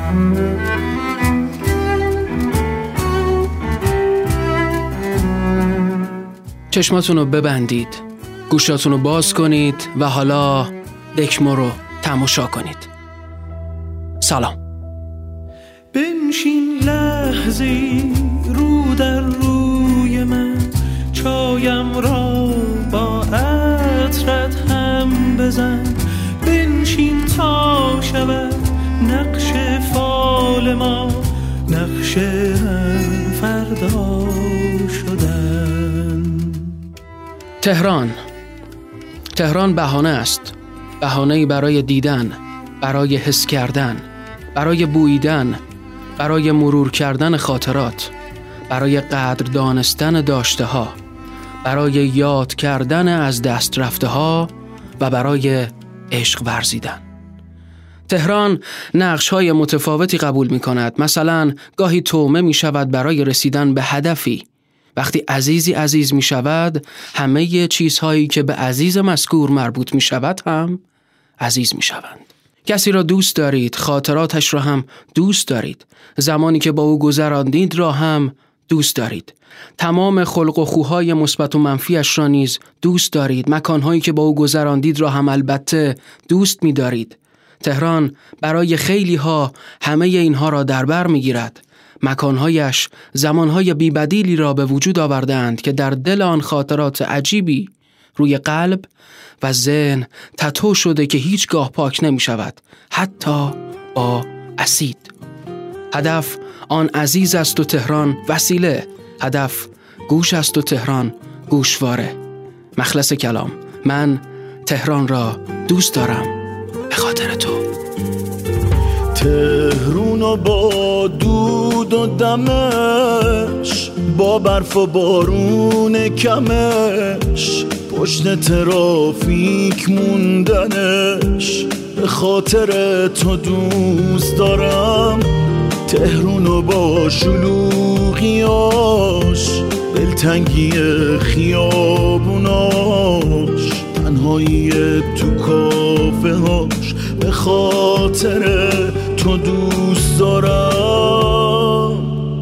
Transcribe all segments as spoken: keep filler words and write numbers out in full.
چشماتون رو ببندید، گوشاتون رو باز کنید و حالا دکمو رو تماشا کنید. سلام. بنشین لحظی رو در روی من، چایم را با عطرت هم بزن. بنشین تا شود نقش فال ما، نقش هم فردا شدن. تهران. تهران بهانه است، بهانه‌ای برای دیدن، برای حس کردن، برای بویدن، برای مرور کردن خاطرات، برای قدر دانستن داشته ها، برای یاد کردن از دست رفته ها و برای عشق ورزیدن. تهران نقش های متفاوتی قبول می کند. مثلا گاهی تومه می شود برای رسیدن به هدفی. وقتی عزیزی عزیز می شود، همه چیزهایی که به عزیز مذکور مربوط می شود هم عزیز می شوند. کسی را دوست دارید، خاطراتش را هم دوست دارید، زمانی که با او گذراندید را هم دوست دارید، تمام خلق و خوهای مثبت و منفیش را نیز دوست دارید، مکانهایی که با او گذراندید را هم البته دوست می دارید. تهران برای خیلی ها همه اینها را در بر می گیرد. مکانهایش زمانهای بی‌بدیلی را به وجود آوردند که در دل آن خاطرات عجیبی روی قلب و ذهن تتو شده که هیچگاه پاک نمی شود، حتی با اسید. هدف آن عزیز است و تهران وسیله، هدف گوش است و تهران گوشواره. مخلص کلام، من تهران را دوست دارم به خاطر تو. تهرون و با دود و دمش، با برف و بارون کمش، پشت ترافیک موندنش، به خاطر تو دوست دارم. تهرون و با شلوغیاش، دلتنگی خیابوناش، تنهایی تو کافه هاش، به خاطر تو دوست دارم.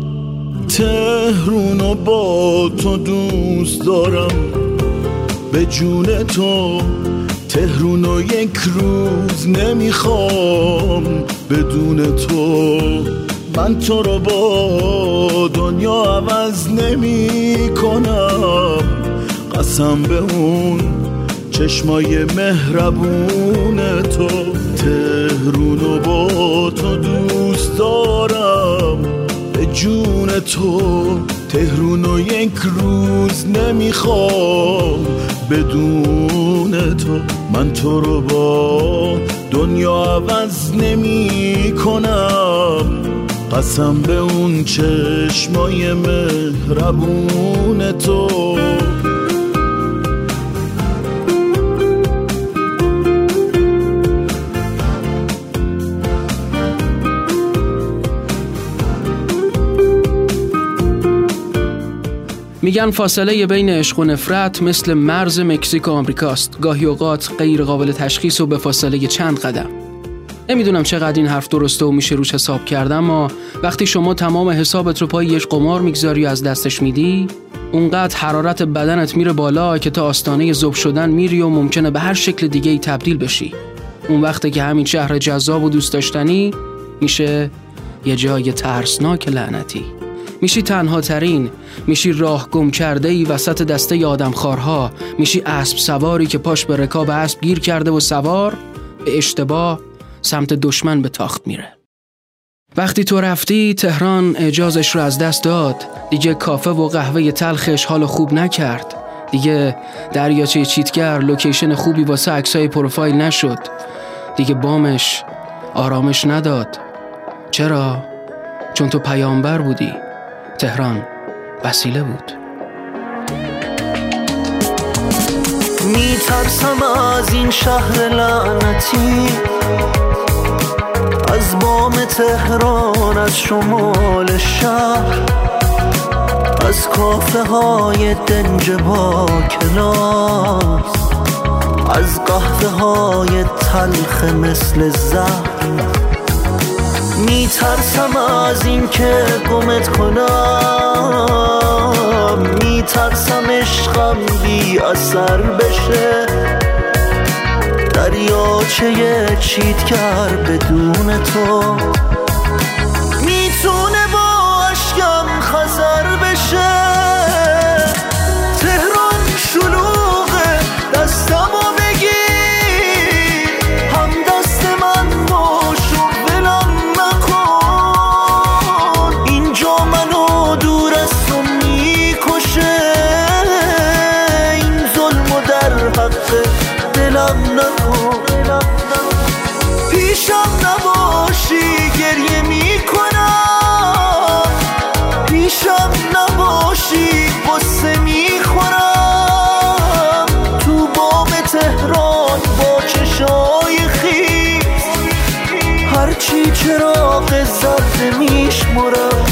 تهرون و با تو دوست دارم به جون تو. تهرون و یک روز نمیخوام بدون تو. من تو رو با دنیا عوض نمی کنم، قسم به اون چشمای مهربون تو. تهرون و با تو دوست دارم به جون تو. تهرون و یک روز نمیخوام بدون تو. من تو رو با دنیا عوض نمی کنم، قسم به اون چشمای مهربون تو. میگن فاصله بین عشق و نفرت مثل مرز مکزیک و آمریکاست، گاهی اوقات غیر قابل تشخیص و به فاصله چند قدم. نمیدونم چقدر این حرف درسته و میشه روش حساب کردم، اما وقتی شما تمام حسابت رو پای یک قمار میگذاری و از دستش میدی، اونقدر حرارت بدنت میره بالا که تا آستانه ذوب شدن میری و ممکنه به هر شکل دیگه ای تبدیل بشی. اون وقته که همین شهر جذاب و دوست داشتنی میشه یه جای ترسناک لعنتی. میشی تنها ترین، میشی راه گم کرده ای وسط دسته آدمخوارها، میشی اسب سواری که پاش به رکاب اسب گیر کرده و سوار به اشتباه سمت دشمن به تاخت میره. وقتی تو رفتی تهران اعجازش رو از دست داد، دیگه کافه و قهوه تلخش حال خوب نکرد، دیگه دریاچه چیتگر لوکیشن خوبی واسه عکسای پروفایل نشد، دیگه بامش آرامش نداد. چرا؟ چون تو پیامبر بودی، تهران وسیله بود. میترسم از این شهر لعنتی، از بام تهران، از شمال شهر، از کافه های دنج با کلاس، از قهوه های تلخ مثل زهر. میترسم از این که گمت کنم، میترسم عشقم بی اثر بشه، دریاچه چیتگر بدون تو میتونه با عشقم خزر بشه. تهران شلوغه دستمو بگیر، هم دست من باش و ولم نکن، اینجا منو دور از تو میکشه، این ظلمو در حق دلم نکن. پیشم نباشی گریه میکنم، پیشم نباشی قصه میخورم، تو بام تهران با چشای خیس هرچی چراغ زرد میشمرم.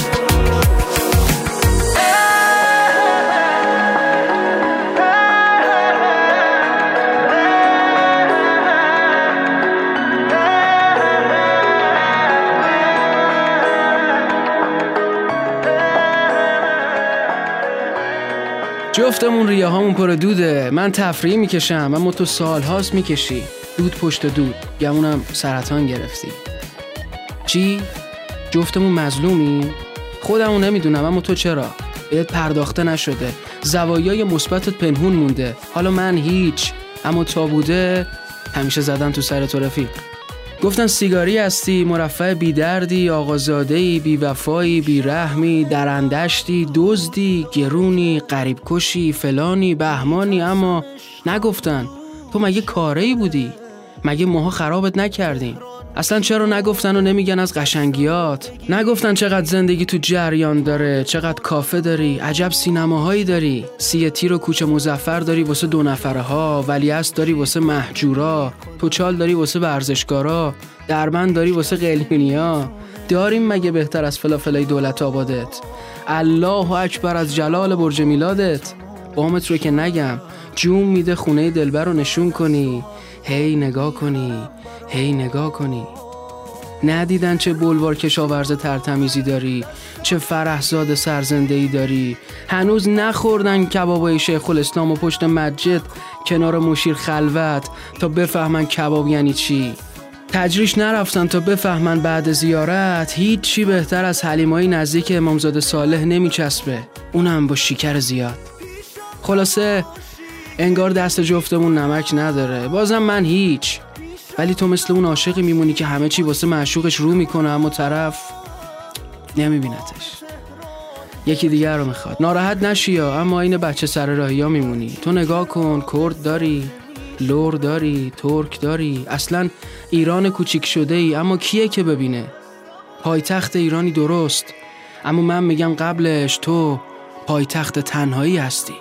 جفتمون ریه هامون پر دوده، من تفریح میکشم اما تو سال هاست میکشی دود پشت دود، گمونم سرطان گرفتی. چی؟ جفتمون مظلومی؟ خودمون نمیدونم اما تو چرا؟ بهت پرداخته نشده، زوایای مثبتت پنهون مونده، حالا من هیچ، اما تا بوده همیشه زدن تو سر تو رفیق. گفتن سیگاری هستی، مرفع بی دردی، آقازادهی، بی وفایی، بی رحمی، درندشتی، دزدی، گرونی، غریب کشی، فلانی، بهمانی، اما نگفتن تو مگه کاری بودی؟ مگه ماها خرابت نکردیم؟ اصلا چرا نگفتن و نمیگن از قشنگیات؟ نگفتن چقدر زندگی تو جریان داره، چقدر کافه داری، عجب سینماهایی داری، سی تیر و کوچه مظفر داری واسه دو نفره ها، ولیعصر داری واسه مهجورا، توچال داری واسه ورزشکارا، دربند داری واسه قلیونیا. داریم مگه بهتر از فلافلای دولت آبادت؟ الله اکبر از جلال برج میلادت. بامت رو که نگم، جون میده خونه دلبر رو نشون کنی، هی نگاه کنی، هی نگاه کنی. ندیدن چه بلوار کشاورز ترتمیزی داری، چه فرحزاد سرزنده‌ای داری؟ هنوز نخوردن کبابای شیخ الاسلام و پشت مسجد کنار مشیر خلوت تا بفهمن کباب یعنی چی؟ تجریش نرفتن تا بفهمن بعد زیارت هیچ چی بهتر از حلیمای نزدیک امامزاده صالح نمیچسبه، اونم با شکر زیاد. خلاصه انگار دست جفتمون نمک نداره، بازم من هیچ، ولی تو مثل اون عاشقی میمونی که همه چی واسه معشوقش رو میکنه اما طرف نمیبینتش، یکی دیگر رو میخواد. ناراحت نشی اما این بچه سر راهی ها میمونی. تو نگاه کن، کرد داری، لور داری، ترک داری، اصلا ایران کوچیک شده ای، اما کیه که ببینه؟ پایتخت ایرانی درست، اما من میگم قبلش تو پایتخت تنهایی هستی.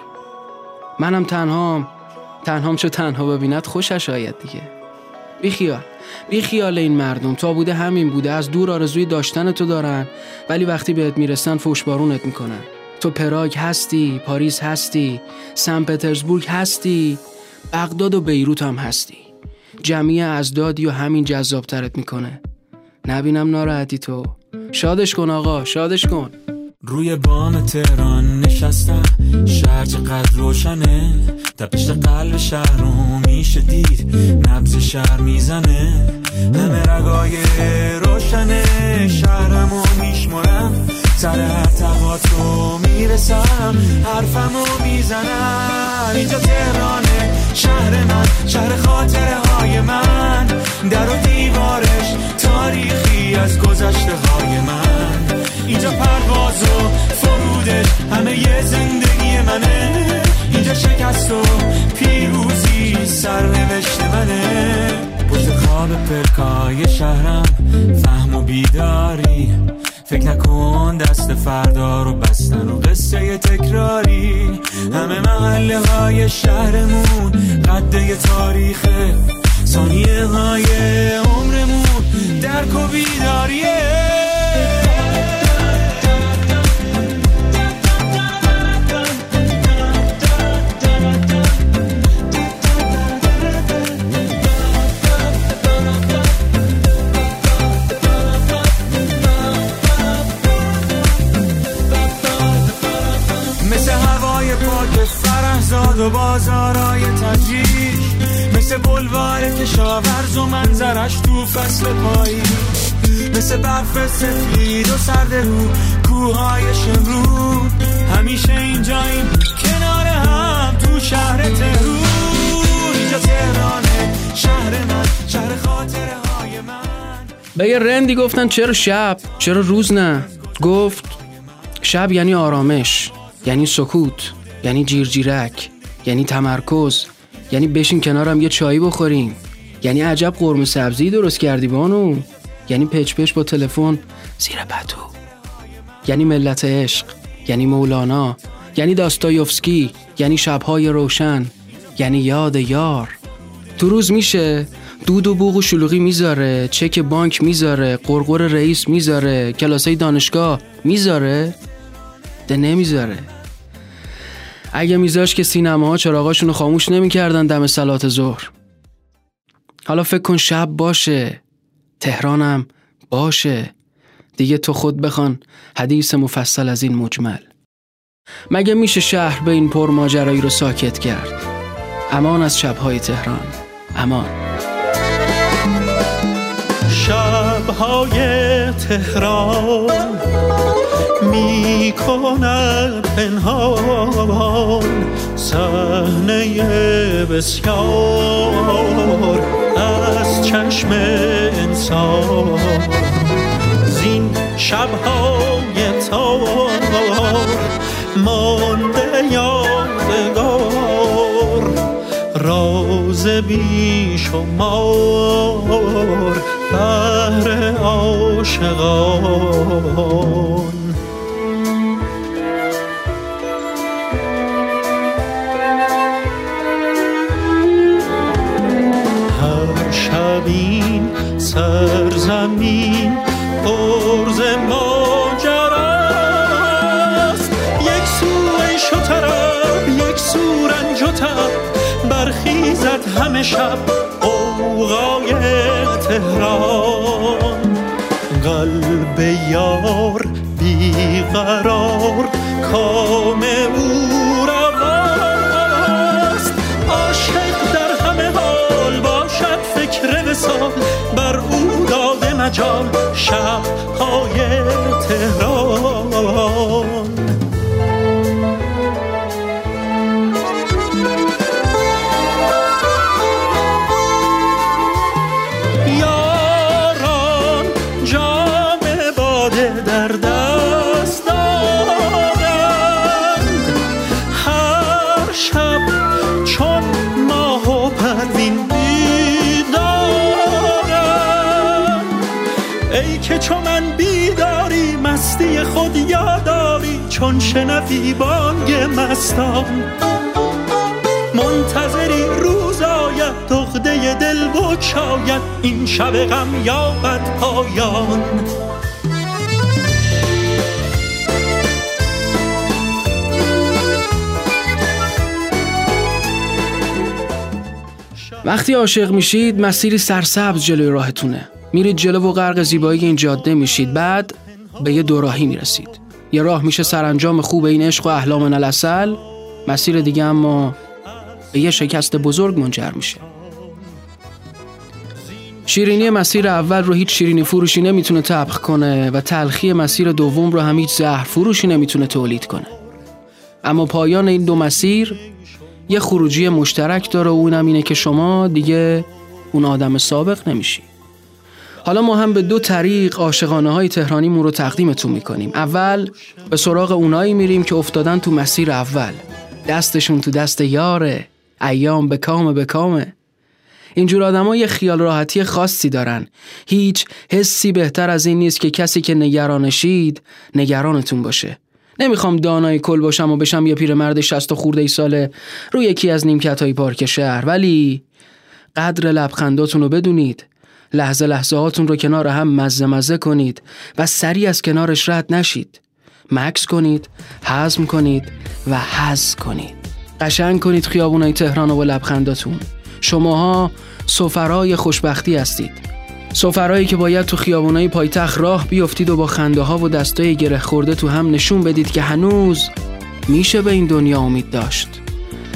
منم تنهام، تنهام شو تنها ببیند خوشش آید دیگه. بیخیال بیخیال این مردم، تا بوده همین بوده، از دور آرزوی داشتن تو دارن ولی وقتی بهت میرسن فوشبارونت میکنن. تو پراگ هستی، پاریس هستی، سن پترزبورگ هستی، بغداد و بیروت هم هستی، جمعی ازدادی و همین جذابترت میکنه. نبینم ناراحتی تو، شادش کن آقا، شادش کن. روی بام تهران نشستم، شهر چقدر روشنه، تپش قلب شهر رو میشه دید، نبض شهر میزنه، همه رگای روشنه، شهرمو میشمرم، سر هر تقاطع میرسم، حرفمو میزنم. اینجا تهرانه، شهر من، شهر خاطره های من، در و دیوارش تاریخی از گذشته های من، اینجا پرواز و فرودش همه یه زندگی منه، اینجا شکست و پیروزی سرنوشت منه. پشت خواب پلکای شهرم فهم و بیداری، فکر نکن دست فردا رو بستن و قصه تکراری، همه محله های شهرمون قده تاریخه، ثانیه های عمرمون درک و بیداریه. و بازارای تجریش، مثل بلوار کشاورز و منظرش تو فصل پاییز، مثل برف سفید و سرد رو کوههای شمرون. همیشه اینجاییم کنار هم تو شهر تهرون. اینجا تهرانه شهر من، شهر خاطره های من. به یه رندی گفتن چرا شب، چرا روز نه؟ گفت شب یعنی آرامش، یعنی سکوت، یعنی جیرجیرک، یعنی تمرکز، یعنی بشین کنارم یه چایی بخوریم، یعنی عجب قرمه سبزی درست کردی بانو، یعنی پچ پچ با تلفن زیر پتو، یعنی ملت عشق، یعنی مولانا، یعنی داستایوفسکی، یعنی شبهای روشن، یعنی یاد یار. تو روز میشه دود و بوق و شلوغی میذاره، چک بانک میذاره، قرقر رئیس میذاره، کلاسای دانشگاه میذاره، ده نمیذاره. اگه میذاش که سینماها چراغاشونو خاموش نمیکردن دم صلات ظهر. حالا فکر کن شب باشه، تهرانم باشه، دیگه تو خود بخوان حدیث مفصل از این مجمل. مگه میشه شهر به این پر ماجرایی رو ساکت کرد؟ امان از شبهای تهران، امان. شبهای تهران می کند پنهان صحنه بسیار از چشم انسان. زین شبهای تار مانده یادگار، راز بی شمار بهر عاشقان. هر شب این سرزمین پرز ماجراست، یک سو عیش و طرب، یک سو رنج و تب، برخیزد همه شب غوغای تهران. قلب یار بیقرار کام او رواست، عاشق در همه حال باشد فکر وصال، بر او داده مجال شب‌های تهران. چون من بیداری مستی خود یاداری، چون شنفی بانگ مستان منتظری روز آید، عقده دل بگشاید، این شب غم یابد پایان. وقتی عاشق میشید مسیری سرسبز جلوی راهتونه، میرید جلو و غرق زیبایی این جاده میشید، بعد به یه دوراهی میرسید. یه راه میشه سرانجام خوب این عشق و احلام العسل، مسیر دیگه اما به یه شکست بزرگ منجر میشه. شیرینی مسیر اول رو هیچ شیرینی فروشی نمیتونه طبخ کنه و تلخی مسیر دوم رو هم هیچ زهر فروشی نمیتونه تولید کنه. اما پایان این دو مسیر یه خروجی مشترک داره و اونم اینه که شما دیگه اون آدم سابق نمیشی. حالا ما هم به دو طریق عاشقانه های تهرانیمون رو تقدیمتون میکنیم. اول به سراغ اونایی میریم که افتادن تو مسیر اول، دستشون تو دست یاره، ایام به کام به کامه. اینجور آدم ها یه خیال راحتی خاصی دارن. هیچ حسی بهتر از این نیست که کسی که نگرانشید نگرانتون باشه. نمیخوام دانای کل باشم و بشم یه پیرمرد شصت خورده ای ساله روی یکی از نیمکت‌های پارک شهر، ولی قدر لبخنداتون رو بدونید، لحظه لحظه هاتون رو کنار هم مزه مزه کنید و سریع از کنارش رد نشید. مکس کنید، هضم کنید و حز کنید. قشنگ کنید خیابونای تهران و لبخنداتون. شماها سفرای خوشبختی هستید. سفرایی که باید تو خیابونای پایتخت راه بیافتید و با خنده ها و دستای گره خورده تو هم نشون بدید که هنوز میشه به این دنیا امید داشت.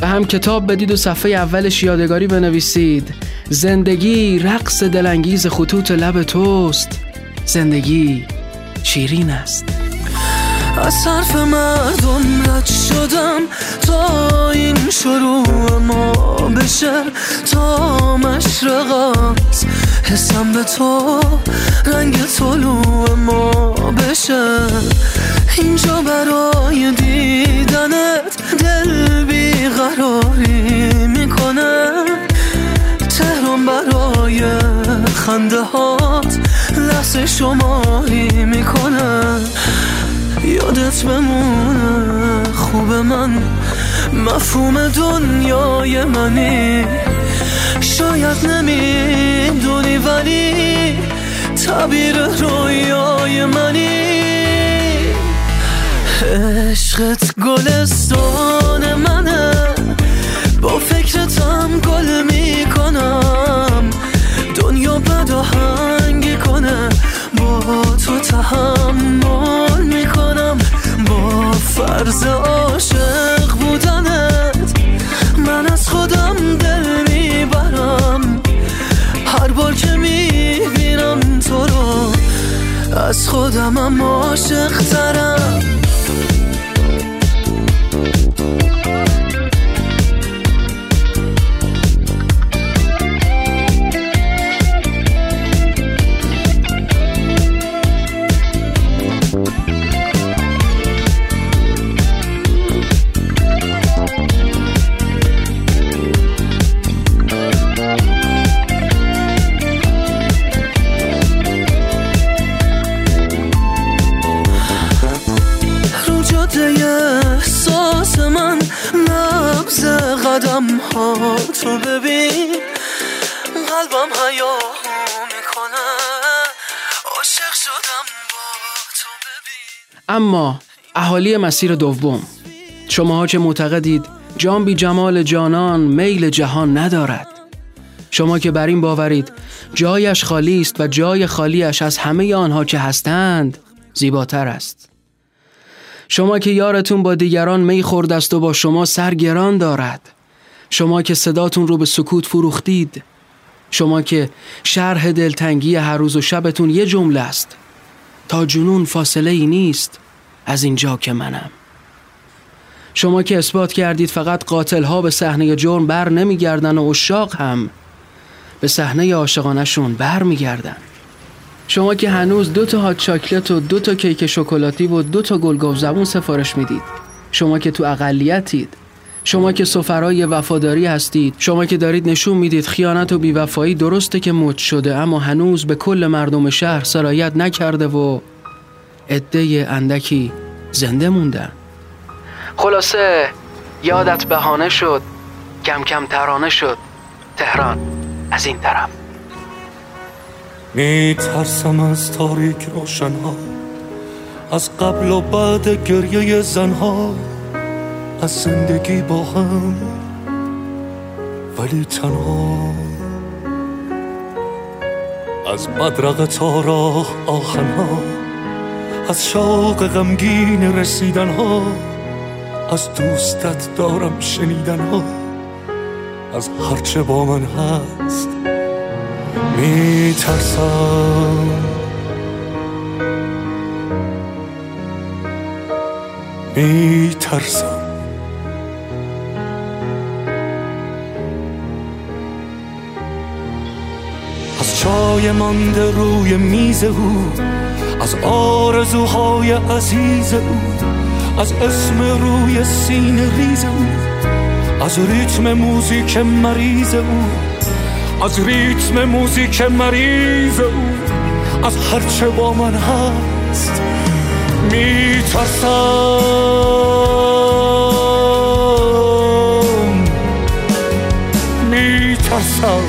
به هم کتاب بدید و صفحه اولش یادگاری بنویسید. زندگی رقص دلانگیز خطوط لب توست. زندگی شیرین است. از حرف مردم رد شدم تا این شروع ما بشه، تا مشرقات حسم به تو رنگ طلوع ما بشه. اینجا برای دیدنت دل بیقراری میکنه، تهران برای خنده هات لحظه شماری میکنه. یادت بمونه خوب من، مفهوم دنیای منی. شاید نمیدونی ولی تعبیر رویای منی. عشقت گلستان منه، با فکرتم گل میکنم. دنیا بد آهنگ کنه، با تو تحمل میکنم. با فرض عاشق بودنت من از خودم دل میبرم. هر بار که میبینم تو رو از خودمم عاشق ترم. احساس من نبض قدم ها تو ببین، قلبم هیاهو میکنه. عاشق شدم با تو ببین. اما اهالی مسیر دوم، شماها که معتقدید جان بی جمال جانان میل جهان ندارد، شما که بر این باورید جایش خالی است و جای خالیش از همه آنها که هستند زیباتر است، شما که یارتون با دیگران می خورد است و با شما سرگران دارد، شما که صداتون رو به سکوت فروختید، شما که شرح دلتنگی هر روز و شبتون یه جمله است: تا جنون فاصله ای نیست از اینجا که منم. شما که اثبات کردید فقط قاتل‌ها به صحنه جرم بر نمیگردن و عشاق هم به صحنه عاشقانه‌شون بر میگردن. شما که هنوز دو تا هات چاکلت و دو تا کیک شکلاتی و دو تا گلگاو زبون سفارش میدید. شما که تو اقلیتید. شما که سفرای وفاداری هستید. شما که دارید نشون میدید خیانت و بیوفایی درسته که مد شده، اما هنوز به کل مردم شهر سرایت نکرده و عده اندکی زنده موندن. خلاصه یادت بهانه شد، کم کم ترانه شد. تهران از این طرف. می ترسم از تاریک روشنها، از قبل و بعد گریه زنها، از زندگی با هم ولی تنها، از بدرقه تا راه آهنها، از شوق غمگین رسیدنها، از دوستت دارم شنیدنها، از هرچه با من هست می ترسم. می ترسم. از چای مانده روی میز او، از آرزوهای عزیز او، از اسم روی سینه ریز او، از ریتم موزیک مریض او، از ریتم موزیک مریض او، از هرچه با من هست می ترسم. می ترسم.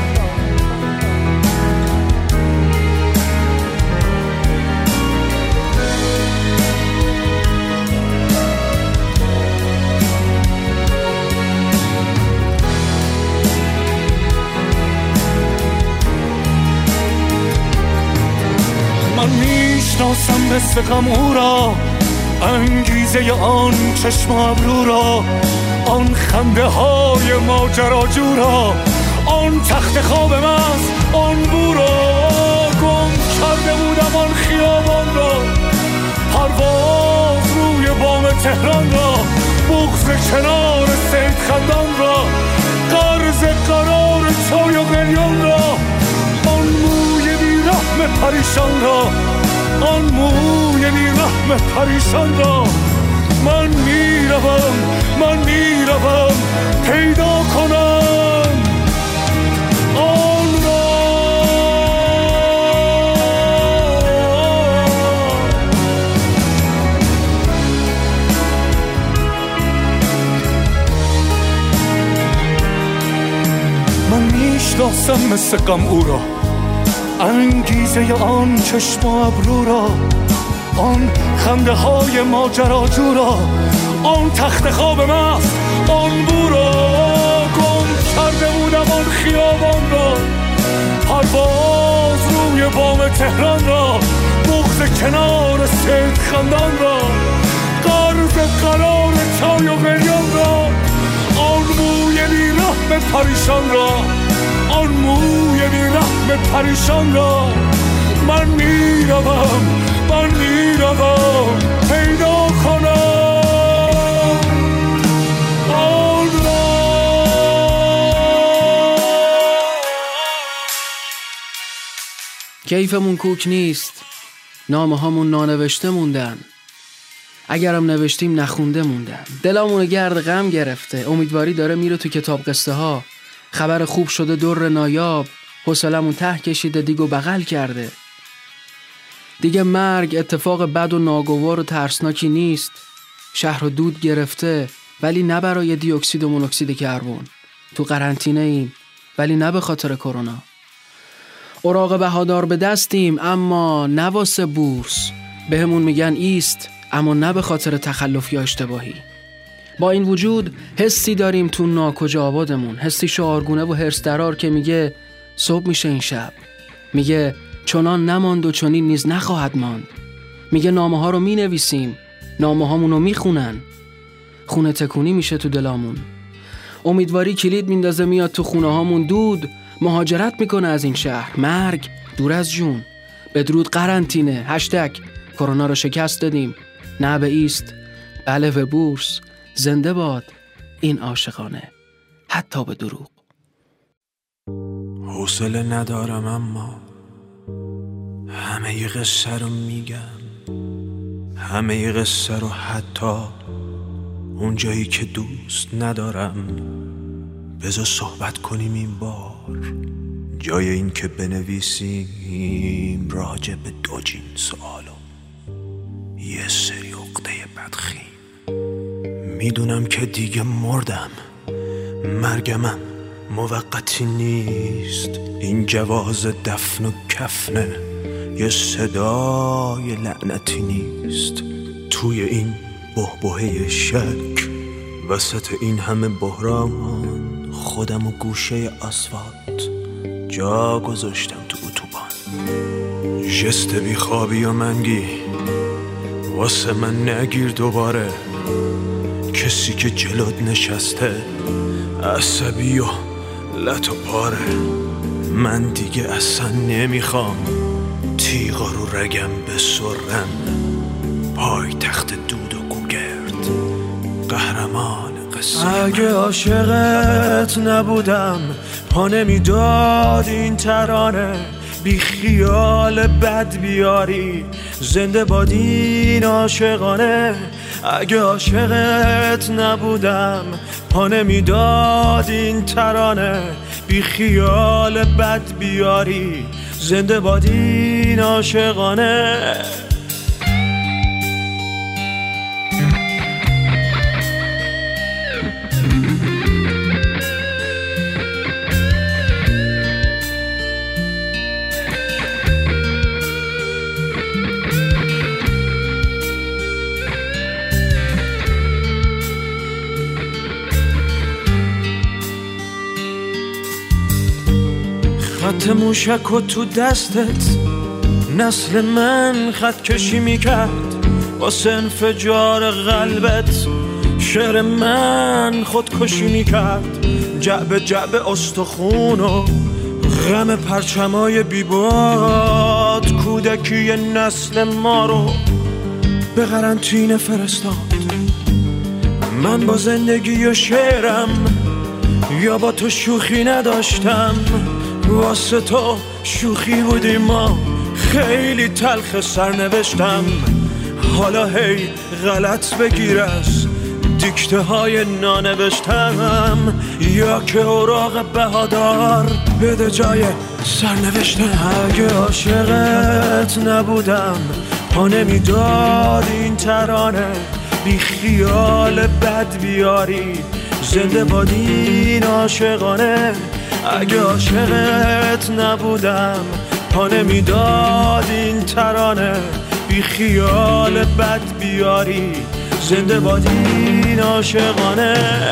من میشناسم مثل غم او را، انگیزه آن چشم ابرو را، آن خنده های ماجراجو را، آن تخت خواب مست، آن بو را گم کرده بودم، آن خیابان را، پرواز روی بام تهران را، بغض کنار سید خندان را، قرض قرار چای و قلیان را، آن موی بی رحم پریشان را، آن موی بی رحم پریشان را. من میروم من میروم پیدا کنم آن را. من میشناسم مثل غم او را، انگیزه آن چشم و ابرو را، آن خنده های ماجراجو را، آن تخت خواب مست، آن بو را گم کرده بودم، آن خیابان را، پرواز روی بام تهران را، بغض کنار سید خندان را، قرض قرار چای و قلیان را، آن موی بی رحم پریشان را، آن موی بی رحم پریشان را. من میروم من میروم پیدا کنم آن را. کیفمون کوک نیست، نامه هامون نانوشته موندن، اگرم نوشتیم نخونده موندن، دلامونو گرد غم گرفته، امیدواری داره میره تو کتاب قصه ها، خبر خوب شده در نایاب، حوصلمون ته کشیده دیگو بغل کرده. دیگه مرگ اتفاق بد و ناگوار و ترسناکی نیست، شهر رو دود گرفته ولی نه برای دی اکسید و مونوکسید کربن، تو قرنطینه ایم ولی نه به خاطر کرونا، اوراق بهادار به دستیم اما نه واسه بورس، بهمون میگن ایست اما نه به خاطر تخلف یا اشتباهی. با این وجود حسی داریم تو ناکجا آبادمون، حسی شعارگونه و هرس درار که میگه صبح میشه این شب، میگه چنان نماند و چنین نیز نخواهد ماند، میگه نامه ها رو مینویسیم، نامه هامون رو میخونن، خونه تکونی میشه تو دلامون، امیدواری کلید میندازه میاد تو خونه هامون، دود مهاجرت میکنه از این شهر، مرگ دور از جون، بدرود قرنطینه، هشتگ کرونا رو شکست دادیم، نه به ایست بله به بورس، زنده باد این عاشقانه حتی به دروغ. حوصله ندارم اما همه ی قصه رو میگم، همه ی قصه رو حتی اون جایی که دوست ندارم. بذار صحبت کنیم این بار، جای این که بنویسیم راجع به دو جنس عالم یه سری عقده بدخیم. میدونم که دیگه مردم، مرگمم موقتی نیست، این جواز دفن و کفنه یه صدای لعنتی نیست. توی این بحبوحه شک وسط این همه بحران، خودم و گوشه آسفالت جا گذاشتم تو اتوبان. جست بی خوابی و منگی واسه من نگیر دوباره، کسی که جلوت نشسته عصبی و لط و پاره. من دیگه اصلا نمیخوام تیغا رو رگم بسرم، پای تخت دود و گوگرد قهرمان قصه. اگه عاشقت نبودم پا نمیداد این ترانه، بی خیال بد بیاری زنده باد این عاشقانه. اگه عاشقت نبودم پا نمیداد این ترانه، بی خیال بد بیاری زنده باد این عاشقانه. خط موشک و تو دستت نسل من خط کشی میکرد، واسه انفجار قلبت شعر من خودکشی میکرد، جعب جعب استخون و غم پرچمای بیباد. کودکی نسل ما رو به قرنطینه فرستاد. من با زندگی و شعرم یا با تو شوخی نداشتم، واسه تو شوخی بودی ما، خیلی تلخ سرنوشتم. حالا هی غلط بگیر از دیکته های نانوشتم، یا که اوراق بهادار بده جای سرنوشتم. اگه عاشقت نبودم پا نمیداد این ترانه، بی خیال بد بیاری زنده باد این عاشقانه. اگه عاشقت نبودم پا نمیداد این ترانه، بی خیال بد بیاری زنده باد این عاشقانه.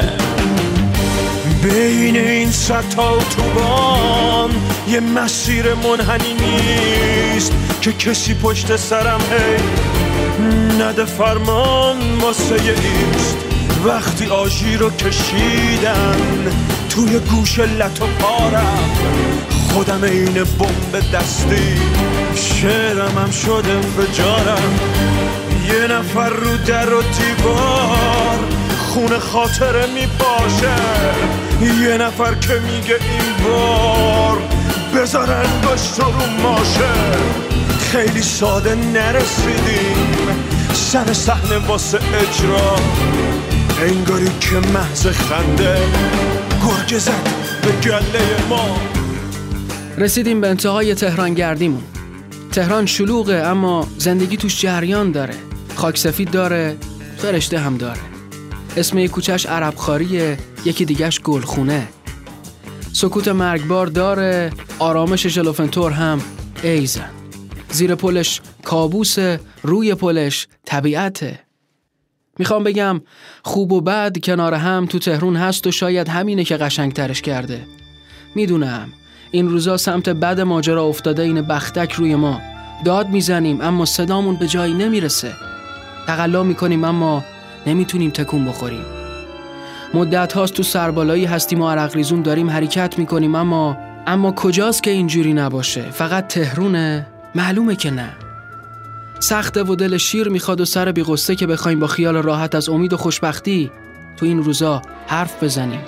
بین این صد تا اتوبان یه مسیر منحنی نیست که کسی پشت سرم هی نده فرمان واسه ایست. وقتی آژیر رو کشیدن توی گوش لط و پارم، خودم این بمب دستی شعرم هم شد انفجارم. یه نفر رو در و دیوار خون خاطره میپاشه، یه نفر که میگه این بار بذار انگشت رو ماشه. خیلی ساده نرسیدیم سر صحنه واسه اجرا، انگاری که محض خنده گرگ زد به گله ما. رسیدیم به انتهای تهران گردیمون. تهران شلوغه اما زندگی توش جریان داره، خاک سفید داره، فرشته هم داره. اسم یک کوچه‌اش عربخواریه، یکی دیگه‌اش گلخونه. سکوت مرگبار داره، آرامش ژلوفنتور هم ایزن. زیر پلش کابوسه، روی پلش طبیعته. میخوام بگم خوب و بد کنار هم تو تهران هست و شاید همینه که قشنگ ترش کرده. میدونم این روزا سمت بد ماجرا افتاده، این بختک روی ما. داد میزنیم اما صدامون به جایی نمیرسه. تقلا میکنیم اما نمیتونیم تکون بخوریم. مدت هاست تو سربالایی هستیم و عرق ریزون داریم حرکت میکنیم، اما اما کجاست که اینجوری نباشه؟ فقط تهرونه؟ معلومه که نه. سخته و دل شیر میخواد و سر بی غصه که بخوایم با خیال راحت از امید و خوشبختی تو این روزا حرف بزنیم.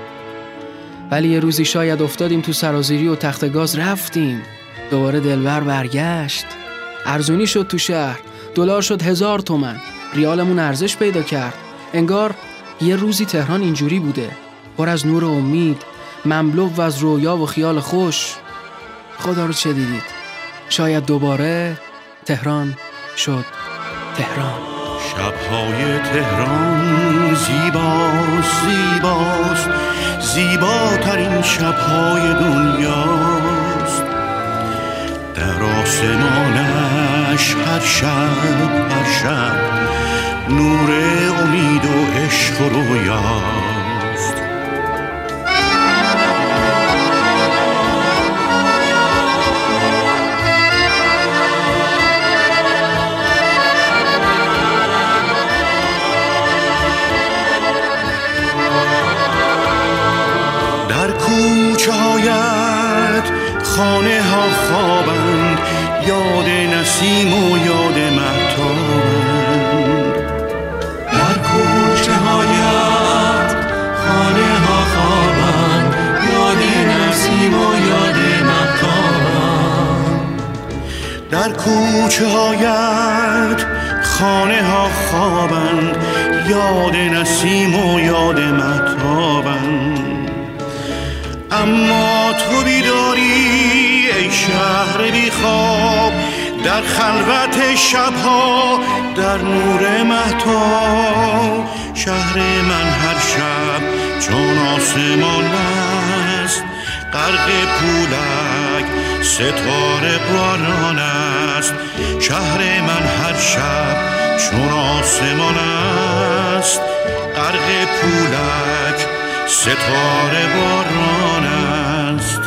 ولی یه روزی شاید افتادیم تو سرازیری و تخت گاز رفتیم. دوباره دلبر برگشت، ارزونی شد تو شهر، دلار شد هزار تومن، ریالمون ارزش پیدا کرد. انگار یه روزی تهران اینجوری بوده، پر از نور و امید، مملو و از رویا و خیال خوش. خدا رو چه دیدید؟ شاید دوباره تهران شد تهران. شب‌های تهران زیباست زیباست، زیباترین شب‌های دنیاست. در آسمانش هر شب هر شب نور امید و عشق و رویاست. در کوچه هایت خانه ها خوابند، یاد نسیم و یاد مهتابند. در کوچه هایت خانه ها خوابند، یاد نسیم و یاد مهتابند. در کوچه هایت خانه ها خوابند، یاد نسیم و یاد مهتابند. اما تو بیداری ای شهر بی خواب، در خلوت شبها در نور مهتاب. شهر من هر شب چون آسمان است، غرق پولک ستاره باران است. شهر من هر شب چون آسمان است، غرق پولک ستاره باران است.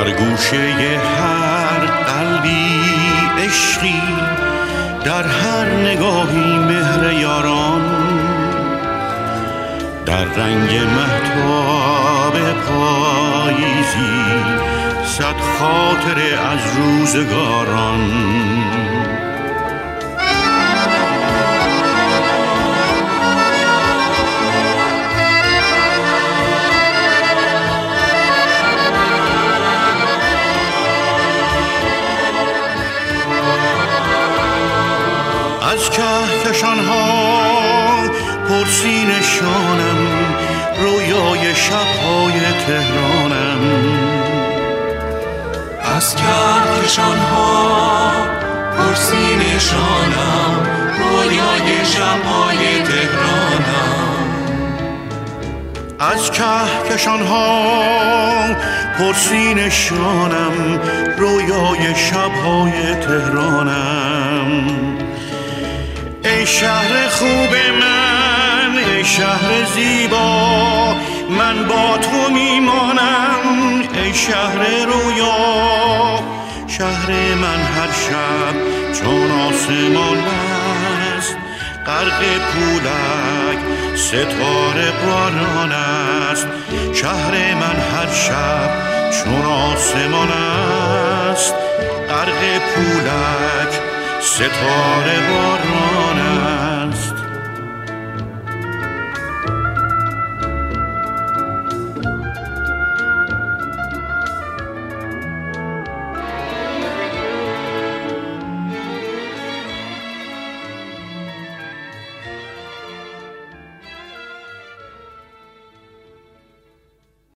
در گوشه هر قلبی عشقی، در هر نگاهی مهر یاران، در رنگ مهتاب پاییزی صد خاطره از روزگاران. از کهکشان ها پرسی نشانم، رویای شب‌های تهرانم. از کهکشان ها پرسی نشانم، رویای شب‌های تهرانم. از کهکشان ها پرسی نشانم، رویای شب‌های تهرانم. ای شهر خوب من، ای شهر زیبا، من با تو میمانم. ای شهر رویا، شهر من هر شب چون آسمان است، غرق پولک ستاره باران است. شهر من هر شب چون آسمان است، غرق پولک ستاره باران است.